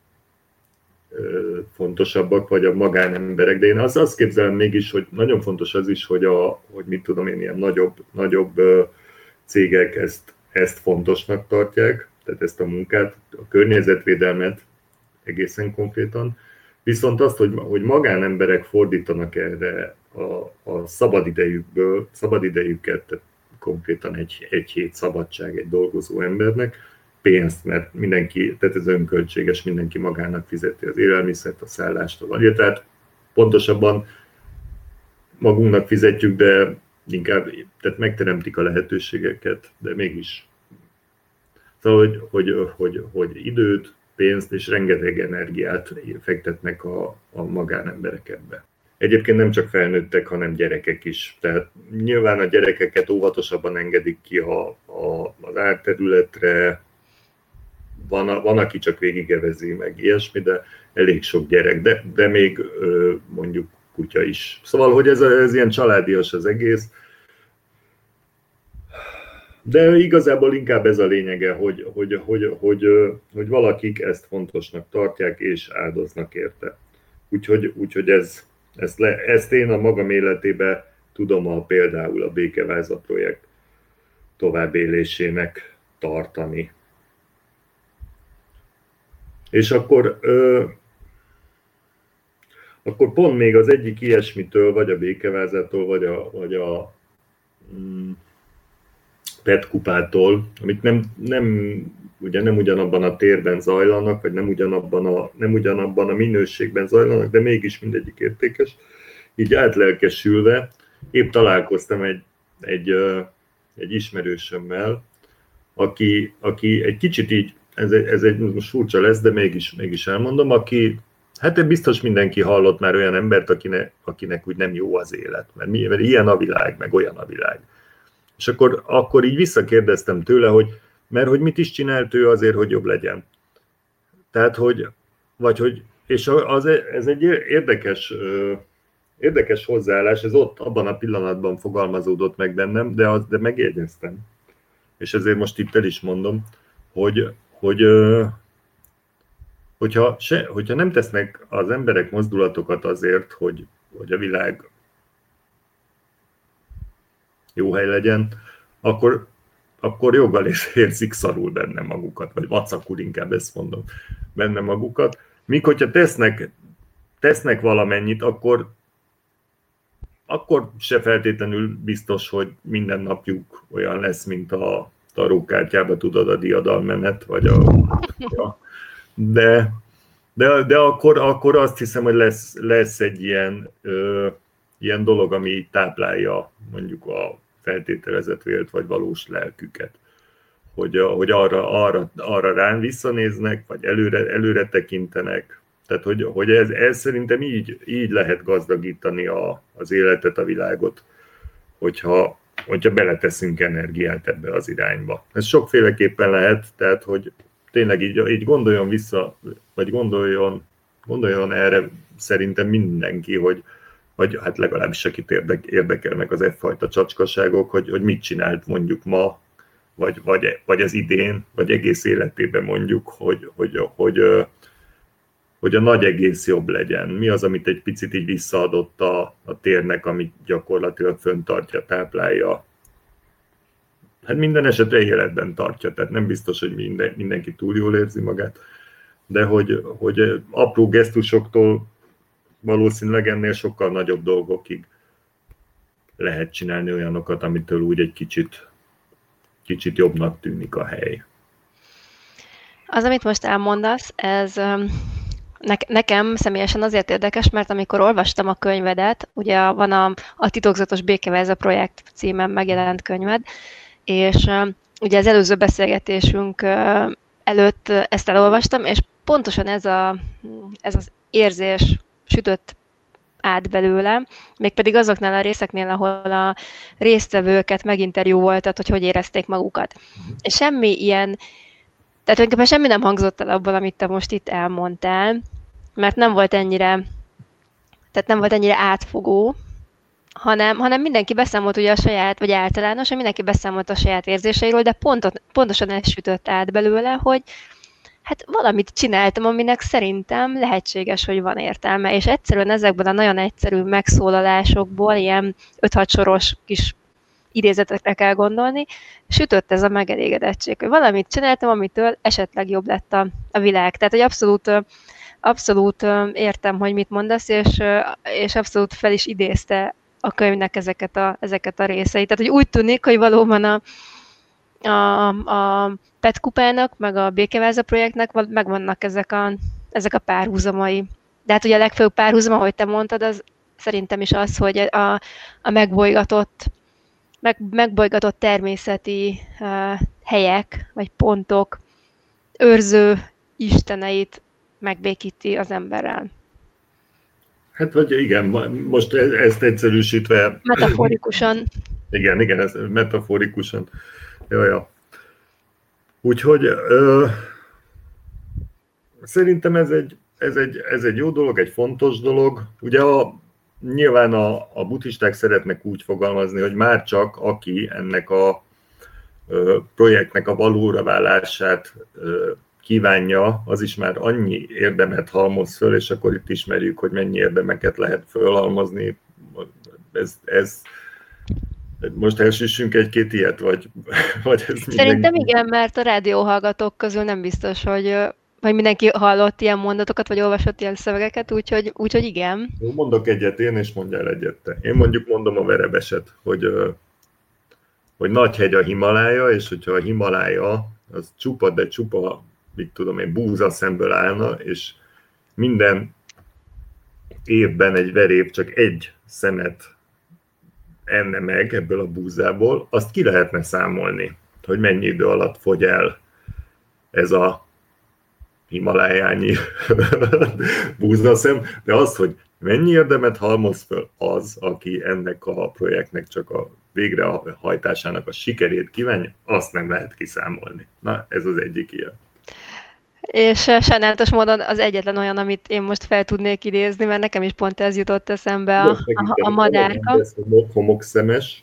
ö, fontosabbak, vagy a magánemberek, de én azt, azt képzelem mégis, hogy nagyon fontos az is, hogy, a, hogy mit tudom én, ilyen nagyobb, nagyobb ö, cégek ezt, ezt fontosnak tartják, tehát ezt a munkát, a környezetvédelmet egészen konkrétan, viszont azt, hogy, hogy magánemberek fordítanak erre a, a szabadidejükből, szabadidejüket, tehát konkrétan egy, egy hét szabadság egy dolgozó embernek, pénzt, mert mindenki, tehát ez önköltséges, mindenki magának fizeti az élelmiszert, a szállást, a vagyot, tehát pontosabban magunknak fizetjük, de inkább tehát megteremtik a lehetőségeket, de mégis. Szóval, hogy, hogy, hogy, hogy időt, pénzt és rengeteg energiát fektetnek a, a magánemberek ebbe. Egyébként nem csak felnőttek, hanem gyerekek is. Tehát nyilván a gyerekeket óvatosabban engedik ki a, a, az árterületre, van, a, van, aki csak végigevezi meg ilyesmi, de elég sok gyerek, de, de még mondjuk kutya is. Szóval, hogy ez, ez ilyen családias az egész, de igazából inkább ez a lényege, hogy, hogy, hogy, hogy, hogy valakik ezt fontosnak tartják és áldoznak érte. Úgyhogy, úgyhogy ez, ezt, le, ezt én a magam életében tudom a, például a Békeváza projekt továbbélésének tartani. És akkor, ö, akkor pont még az egyik ilyesmitől, vagy a Békevázától, vagy a, vagy a mm, Petkupától, amik nem, nem, ugye nem ugyanabban a térben zajlanak, vagy nem ugyanabban a, nem ugyanabban a minőségben zajlanak, de mégis mindegyik értékes. Így átlelkesülve, épp találkoztam egy, egy, egy ismerősömmel, aki, aki egy kicsit így, ez egy, ez egy most furcsa lesz, de mégis, mégis elmondom, aki, hát biztos mindenki hallott már olyan embert, akinek, akinek úgy nem jó az élet, mert, mi, mert ilyen a világ, meg olyan a világ. És akkor, akkor így visszakérdeztem tőle, hogy mert hogy mit is csinált ő azért, hogy jobb legyen. Tehát, hogy, vagy hogy, és az, ez egy érdekes, érdekes hozzáállás, ez ott abban a pillanatban fogalmazódott meg bennem, de, az, de megjegyeztem. És ezért most itt el is mondom, hogy, hogy hogyha, se, hogyha nem tesznek az emberek mozdulatokat azért, hogy, hogy a világ jó hely legyen, akkor, akkor joggal érzik szarul benne magukat, vagy vacakul, inkább ezt mondom, benne magukat. Míg hogyha tesznek, tesznek valamennyit, akkor, akkor se feltétlenül biztos, hogy minden napjuk olyan lesz, mint a tarókártyába, tudod, a diadalmenet, vagy a... Ja. De, de, de akkor, akkor azt hiszem, hogy lesz, lesz egy ilyen, ö, ilyen dolog, ami táplálja mondjuk a feltételezett vélt vagy valós lelküket. Hogy, hogy arra, arra, arra rán visszanéznek, vagy előre, előre tekintenek. Tehát, hogy, hogy ez, ez szerintem így, így lehet gazdagítani a, az életet, a világot, hogyha, hogyha beleteszünk energiát ebbe az irányba. Ez sokféleképpen lehet, tehát, hogy tényleg így, így gondoljon vissza, vagy gondoljon, gondoljon erre szerintem mindenki, hogy vagy hát legalábbis akit érdekelnek az e-fajta csacskaságok, hogy, hogy mit csinált mondjuk ma, vagy, vagy, vagy az idén, vagy egész életében mondjuk, hogy, hogy, hogy, hogy a nagy egész jobb legyen. Mi az, amit egy picit így visszaadott a, a térnek, amit gyakorlatilag föntartja, táplálja. Hát minden esetre életben tartja, tehát nem biztos, hogy minden, mindenki túl jól érzi magát, de hogy, hogy apró gesztusoktól valószínűleg ennél sokkal nagyobb dolgokig lehet csinálni olyanokat, amitől úgy egy kicsit, kicsit jobbnak tűnik a hely. Az, amit most elmondasz, ez ne- nekem személyesen azért érdekes, mert amikor olvastam a könyvedet, ugye van a, a Titokzatos Békeverze projekt címen megjelent könyved, és uh, ugye az előző beszélgetésünk uh, előtt uh, ezt elolvastam, és pontosan ez, a, ez az érzés sütött át belőle, mégpedig azoknál a részeknél, ahol a résztvevőket meginterjúvoltad, hogy hogy érezték magukat. És semmi ilyen, tehát tulajdonképpen semmi nem hangzott el abból, amit te most itt elmondtál, mert nem volt ennyire, tehát nem volt ennyire átfogó, hanem, hanem mindenki beszámolt ugye a saját, vagy általánosan mindenki beszámolt a saját érzéseiről, de pontot, pontosan ez sütött át belőle, hogy hát valamit csináltam, aminek szerintem lehetséges, hogy van értelme, és egyszerűen ezekből a nagyon egyszerű megszólalásokból, ilyen öt-hat soros kis idézetekre kell gondolni, sütött ez a megelégedettség, hogy valamit csináltam, amitől esetleg jobb lett a, a világ. Tehát, hogy abszolút, abszolút értem, hogy mit mondasz, és, és abszolút fel is idézte a könyvnek ezeket a, ezeket a részeit. Tehát, hogy úgy tűnik, hogy valóban a, a, a Petkupának, meg a Békeváza projektnek megvannak ezek a, ezek a párhuzamai. De hát ugye a legfőbb párhuzam, ahogy te mondtad, az szerintem is az, hogy a, a megbolygatott, meg, megbolygatott természeti uh, helyek, vagy pontok őrző isteneit megbékíti az emberrel. Hát vagy igen, most ezt egyszerűsítve... Metaforikusan. Igen, igen, ez metaforikusan. Jaj, ja. Úgyhogy ö, szerintem ez egy, ez, egy, ez egy jó dolog, egy fontos dolog. Ugye a, nyilván a, a buddhisták szeretnek úgy fogalmazni, hogy már csak aki ennek a ö, projektnek a valóra válását ö, kívánja, az is már annyi érdemet halmoz föl, és akkor itt ismerjük, hogy mennyi érdemeket lehet fölhalmozni. Ez, ez most elsüssünk egy-két ilyet, vagy, vagy ez Szerintem mindenki... igen, mert a rádióhallgatók közül nem biztos, hogy, hogy mindenki hallott ilyen mondatokat, vagy olvasott ilyen szövegeket, úgyhogy, úgyhogy igen. Mondok egyet én, és mondjál egyet te. Én mondjuk mondom a verebeset, hogy, hogy nagy hegy a Himalája, és hogyha a Himalája az csupa, de csupa, mit tudom én, búza szemből állna, és minden évben egy veréb csak egy szemet enne meg ebből a búzából, azt ki lehetne számolni, hogy mennyi idő alatt fogy el ez a himalájányi búzaszem, de az, hogy mennyi érdemet halmoz föl az, aki ennek a projektnek csak a végrehajtásának a sikerét kívánja, azt nem lehet kiszámolni. Na, ez az egyik ilyen. És sajnálatos módon az egyetlen olyan, amit én most fel tudnék idézni, mert nekem is pont ez jutott eszembe, a, a, a madárka. A homokszemes,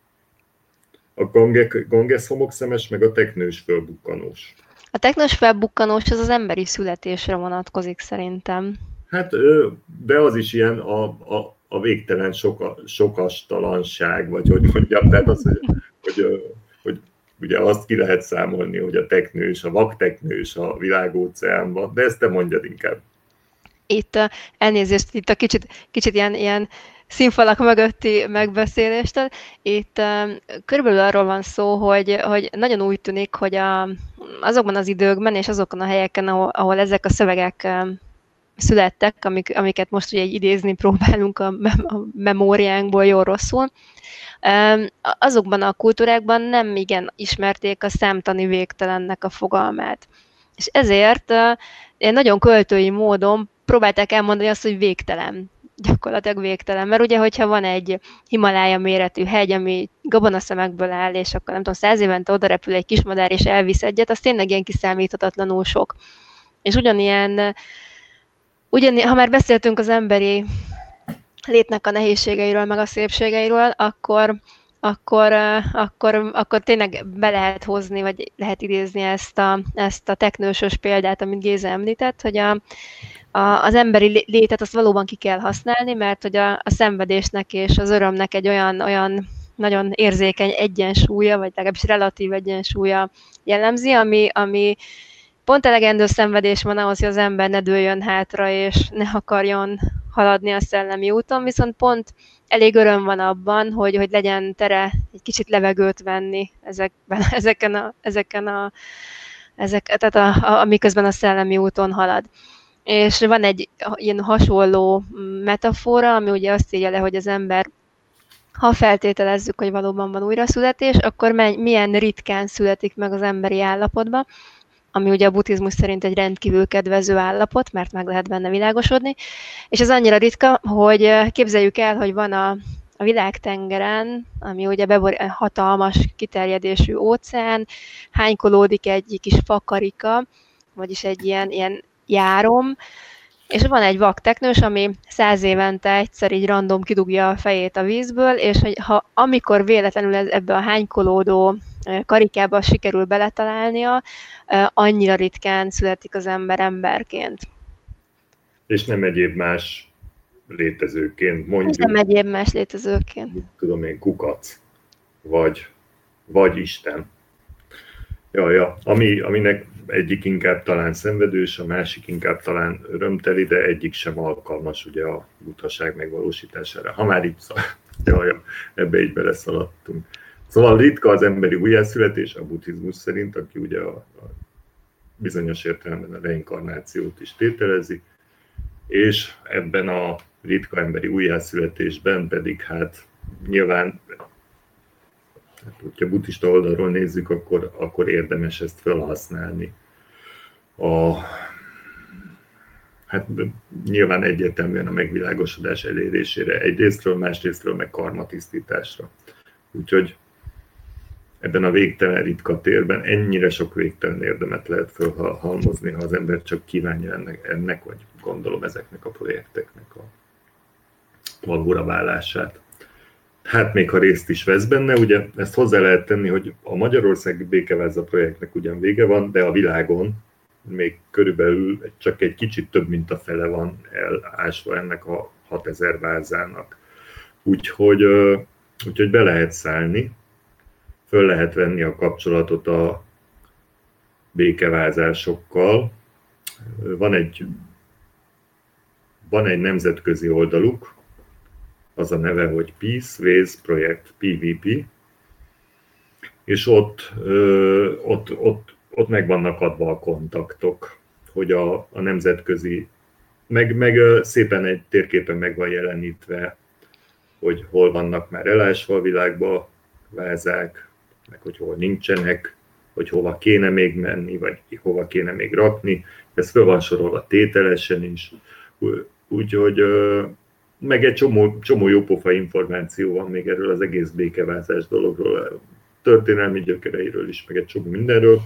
a Ganges homokszemes, meg a teknős fölbukkanós. A teknős felbukkanós az az emberi születésre vonatkozik szerintem. Hát, de az is ilyen a, a, a végtelen soka, sokastalanság, vagy hogy mondjam, tehát az, hogy, hogy, hogy ugye azt ki lehet számolni, hogy a teknős, a vakteknős a világóceánban, de ezt te mondjad inkább. Itt elnézést, itt a kicsit, kicsit ilyen, ilyen színfalak mögötti megbeszéléstől. Itt körülbelül arról van szó, hogy, hogy nagyon úgy tűnik, hogy a, azokban az időkben és azokon a helyeken, ahol, ahol ezek a szövegek születtek, amik, amiket most ugye idézni próbálunk a, a memóriánkból jól rosszul, azokban a kultúrákban nem igen ismerték a számtani végtelennek a fogalmát. És ezért ilyen nagyon költői módon próbálták elmondani azt, hogy végtelen. Gyakorlatilag végtelen. Mert ugye, hogyha van egy Himalája méretű hegy, ami gabonaszemekből áll, és akkor nem tudom, száz évente oda repül egy kismadár, és elvisz egyet, az tényleg ilyen kiszámíthatatlanul sok. És ugyanilyen, ugyanilyen, ha már beszéltünk az emberi létnek a nehézségeiről, meg a szépségeiről, akkor, akkor, akkor, akkor tényleg be lehet hozni, vagy lehet idézni ezt a, ezt a teknősös példát, amit Géza említett, hogy a, a, az emberi létet azt valóban ki kell használni, mert hogy a, a szenvedésnek és az örömnek egy olyan, olyan nagyon érzékeny egyensúlya, vagy legalábbis relatív egyensúlya jellemzi, ami, ami pont elegendő szenvedés van ahhoz, hogy az ember ne dőljön hátra, és ne akarjon haladni a szellemi úton, viszont pont elég öröm van abban, hogy, hogy legyen tere egy kicsit levegőt venni ezekben, ezeken a, ezeken a, ezek, tehát a, a, amiközben a szellemi úton halad. és van egy ilyen hasonló metafora, ami ugye azt írja le, hogy az ember, ha feltételezzük, hogy valóban van újraszületés, akkor milyen ritkán születik meg az emberi állapotba, ami ugye a buddhizmus szerint egy rendkívül kedvező állapot, mert meg lehet benne világosodni, és ez annyira ritka, hogy képzeljük el, hogy van a, a világtengeren, ami ugye bebor- hatalmas kiterjedésű óceán, hánykolódik egy kis fakarika, vagyis egy ilyen, ilyen járom, és van egy vak teknős, ami száz évente egyszer így random kidugja a fejét a vízből, és hogy ha amikor véletlenül ebbe a hánykolódó karikába sikerül beletalálnia, annyira ritkán születik az ember emberként. És nem egyéb más létezőként, mondjuk. És nem egyéb más létezőként. Tudom én, kukac, vagy, vagy Isten. Ja, ja. Ami, aminek egyik inkább talán szenvedős, a másik inkább talán örömteli, de egyik sem alkalmas ugye a buddhaság megvalósítására. Ha már így szal... ja, ja, ebbe így beleszaladtunk. Szóval ritka az emberi újjászületés a buddhizmus szerint, aki ugye a, a bizonyos értelemben a reinkarnációt is tételezi, és ebben a ritka emberi újjászületésben pedig hát nyilván, hát, hogyha buddhista oldalról nézzük, akkor, akkor érdemes ezt felhasználni. A, hát nyilván egyértelműen a megvilágosodás elérésére egyrésztről, másrésztről meg karmatisztításra. Úgyhogy ebben a végtelen ritka térben ennyire sok végtelen érdemet lehet felhalmozni, ha az ember csak kívánja ennek, ennek vagy gondolom ezeknek a projekteknek a valóra válását. Hát még ha részt is vesz benne, ugye ezt hozzá lehet tenni, hogy a Magyarországi Békeváza projektnek ugyan vége van, de a világon még körülbelül csak egy kicsit több mint a fele van elásva ennek a hatezer vázának. Úgyhogy, úgyhogy be lehet szállni, föl lehet venni a kapcsolatot a békevázásokkal. Van egy, van egy nemzetközi oldaluk, az a neve, hogy Peace Ways Project, pé vé pé, és ott, ott, ott, ott meg vannak adva a kontaktok, hogy a, a nemzetközi, meg, meg szépen egy térképen meg van jelenítve, hogy hol vannak már elásva a világba vázák, meg hogy hol nincsenek, hogy hova kéne még menni, vagy hova kéne még rakni. Ez föl van sorolva tételesen is. Úgyhogy meg egy csomó, csomó jópofa információ van még erről az egész békevázás dologról, történelmi gyökereiről is, meg egy csomó mindenről.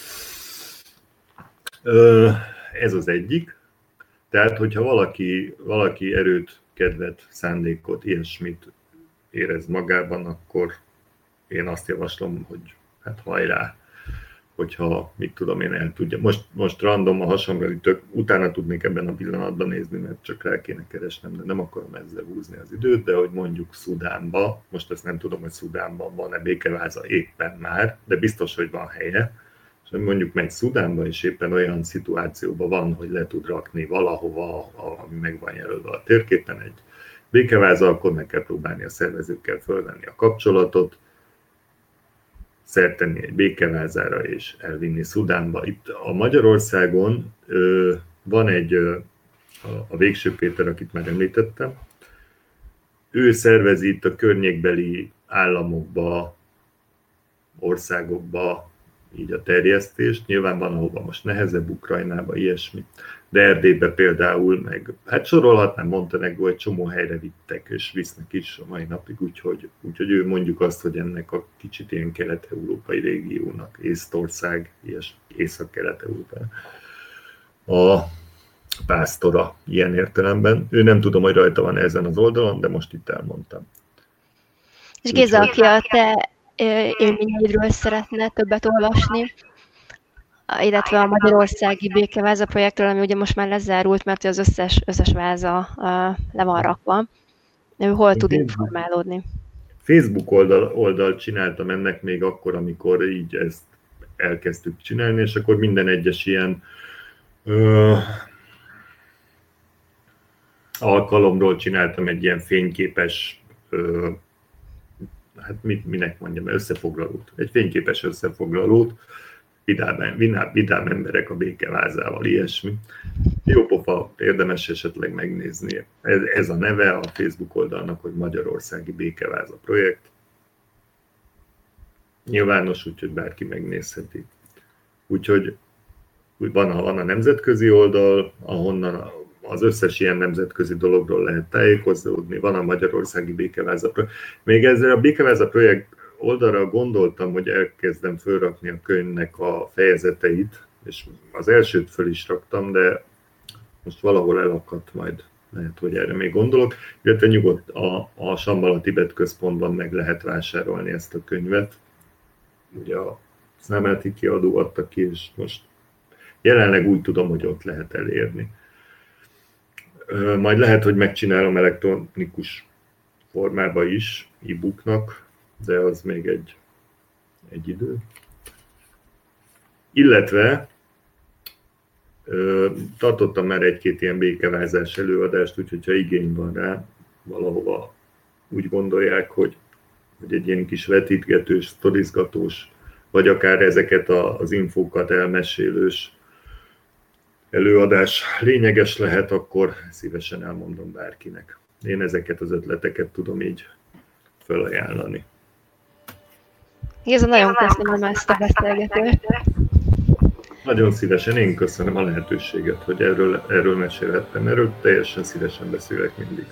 Ez az egyik. Tehát, hogyha valaki, valaki erőt, kedvet, szándékot, ilyesmit érez magában, akkor én azt javaslom, hogy hát hajrá, hogyha mit tudom én el tudja. Most, most random a hasamra ütök, utána tudnék ebben a pillanatban nézni, mert csak rá kéne keresnem, de nem akarom ezzel húzni az időt, de hogy mondjuk Szudánba, most ezt nem tudom, hogy Szudánban van-e békeváza éppen már, de biztos, hogy van helye, és mondjuk megy Szudánba, és éppen olyan szituációban van, hogy le tud rakni valahova, ami meg van jelölve a térképen egy békeváza, akkor meg kell próbálni a szervezőkkel fölvenni a kapcsolatot, szert tenni egy békevázára és elvinni Szudánba. Itt a Magyarországon ö, van egy, ö, a, a Végső Péter, akit már említettem, ő szervezi itt a környékbeli államokba, országokba így a terjesztést. Nyilván van, ahova most nehezebb, Ukrajnába, ilyesmi. De Erdélybe például, meg hát sorolhatnám, Montenegro, egy csomó helyre vittek, és visznek is a mai napig, úgyhogy, úgyhogy ő mondjuk azt, hogy ennek a kicsit ilyen kelet-európai régiónak, Észtország, ilyes, Észak-Kelet-Európa a pásztora ilyen értelemben. Ő nem tudom, hogy rajta van ezen az oldalon, de most itt elmondtam. És Géza, aki a te élményeidről szeretne többet olvasni, illetve a Magyarországi Békeváza projektről, ami ugye most már lezárult, mert az összes, összes váza uh, le van rakva. Ő hol tud informálódni? Facebook oldal, oldalt csináltam ennek még akkor, amikor így ezt elkezdtük csinálni, és akkor minden egyes ilyen uh, alkalomról csináltam egy ilyen fényképes, uh, hát mit, minek mondjam, összefoglalót. Egy fényképes összefoglalót, vidám, vidám emberek a békevázával, ilyesmi. Jó pofa, érdemes esetleg megnézni. Ez, ez a neve a Facebook oldalnak, hogy Magyarországi Békeváza projekt. Nyilvános, úgyhogy bárki megnézheti. Úgyhogy van a, van a nemzetközi oldal, ahonnan az összes ilyen nemzetközi dologról lehet tájékozódni, van a Magyarországi Békeváza projekt. Még ezzel a Békeváza projekt oldalra gondoltam, hogy elkezdem fölrakni a könyvnek a fejezeteit, és az elsőt föl is raktam, de most valahol elakadt, majd lehet, hogy erre még gondolok, illetve nyugodt a, a Sambala Tibet Központban meg lehet vásárolni ezt a könyvet. Ugye a Számelti kiadó adta ki, és most jelenleg úgy tudom, hogy ott lehet elérni. Majd lehet, hogy megcsinálom elektronikus formában is, e-booknak, de az még egy, egy idő. Illetve tartottam már egy-két ilyen békevázás előadást, úgyhogy ha igény van rá, valahova úgy gondolják, hogy, hogy egy ilyen kis vetítgetős, sztorizgatós, vagy akár ezeket az infókat elmesélős előadás lényeges lehet, akkor szívesen elmondom bárkinek. Én ezeket az ötleteket tudom így felajánlani. Géza, nagyon köszönöm ezt a beszélgetést. Nagyon szívesen, én köszönöm a lehetőséget, hogy erről, erről mesélhettem. Erről teljesen szívesen beszélek mindig.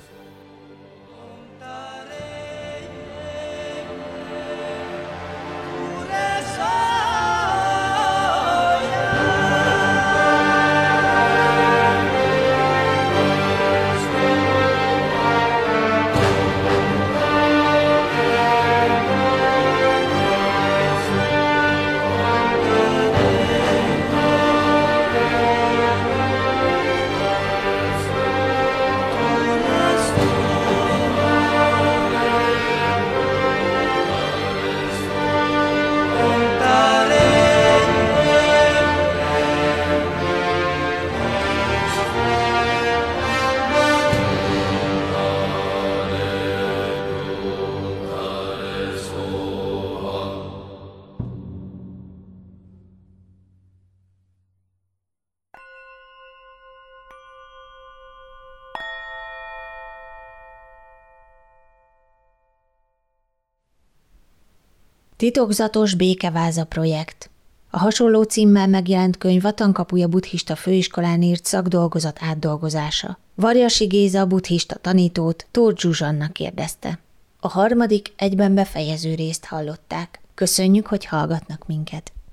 Titokzatos Békeváza projekt. A hasonló címmel megjelent könyv a Tankapuja Buddhista Főiskolán írt szakdolgozat átdolgozása. Varjasi Géza buddhista tanítót Tóth Zsuzsanna kérdezte. A harmadik egyben befejező részt hallották. Köszönjük, hogy hallgatnak minket!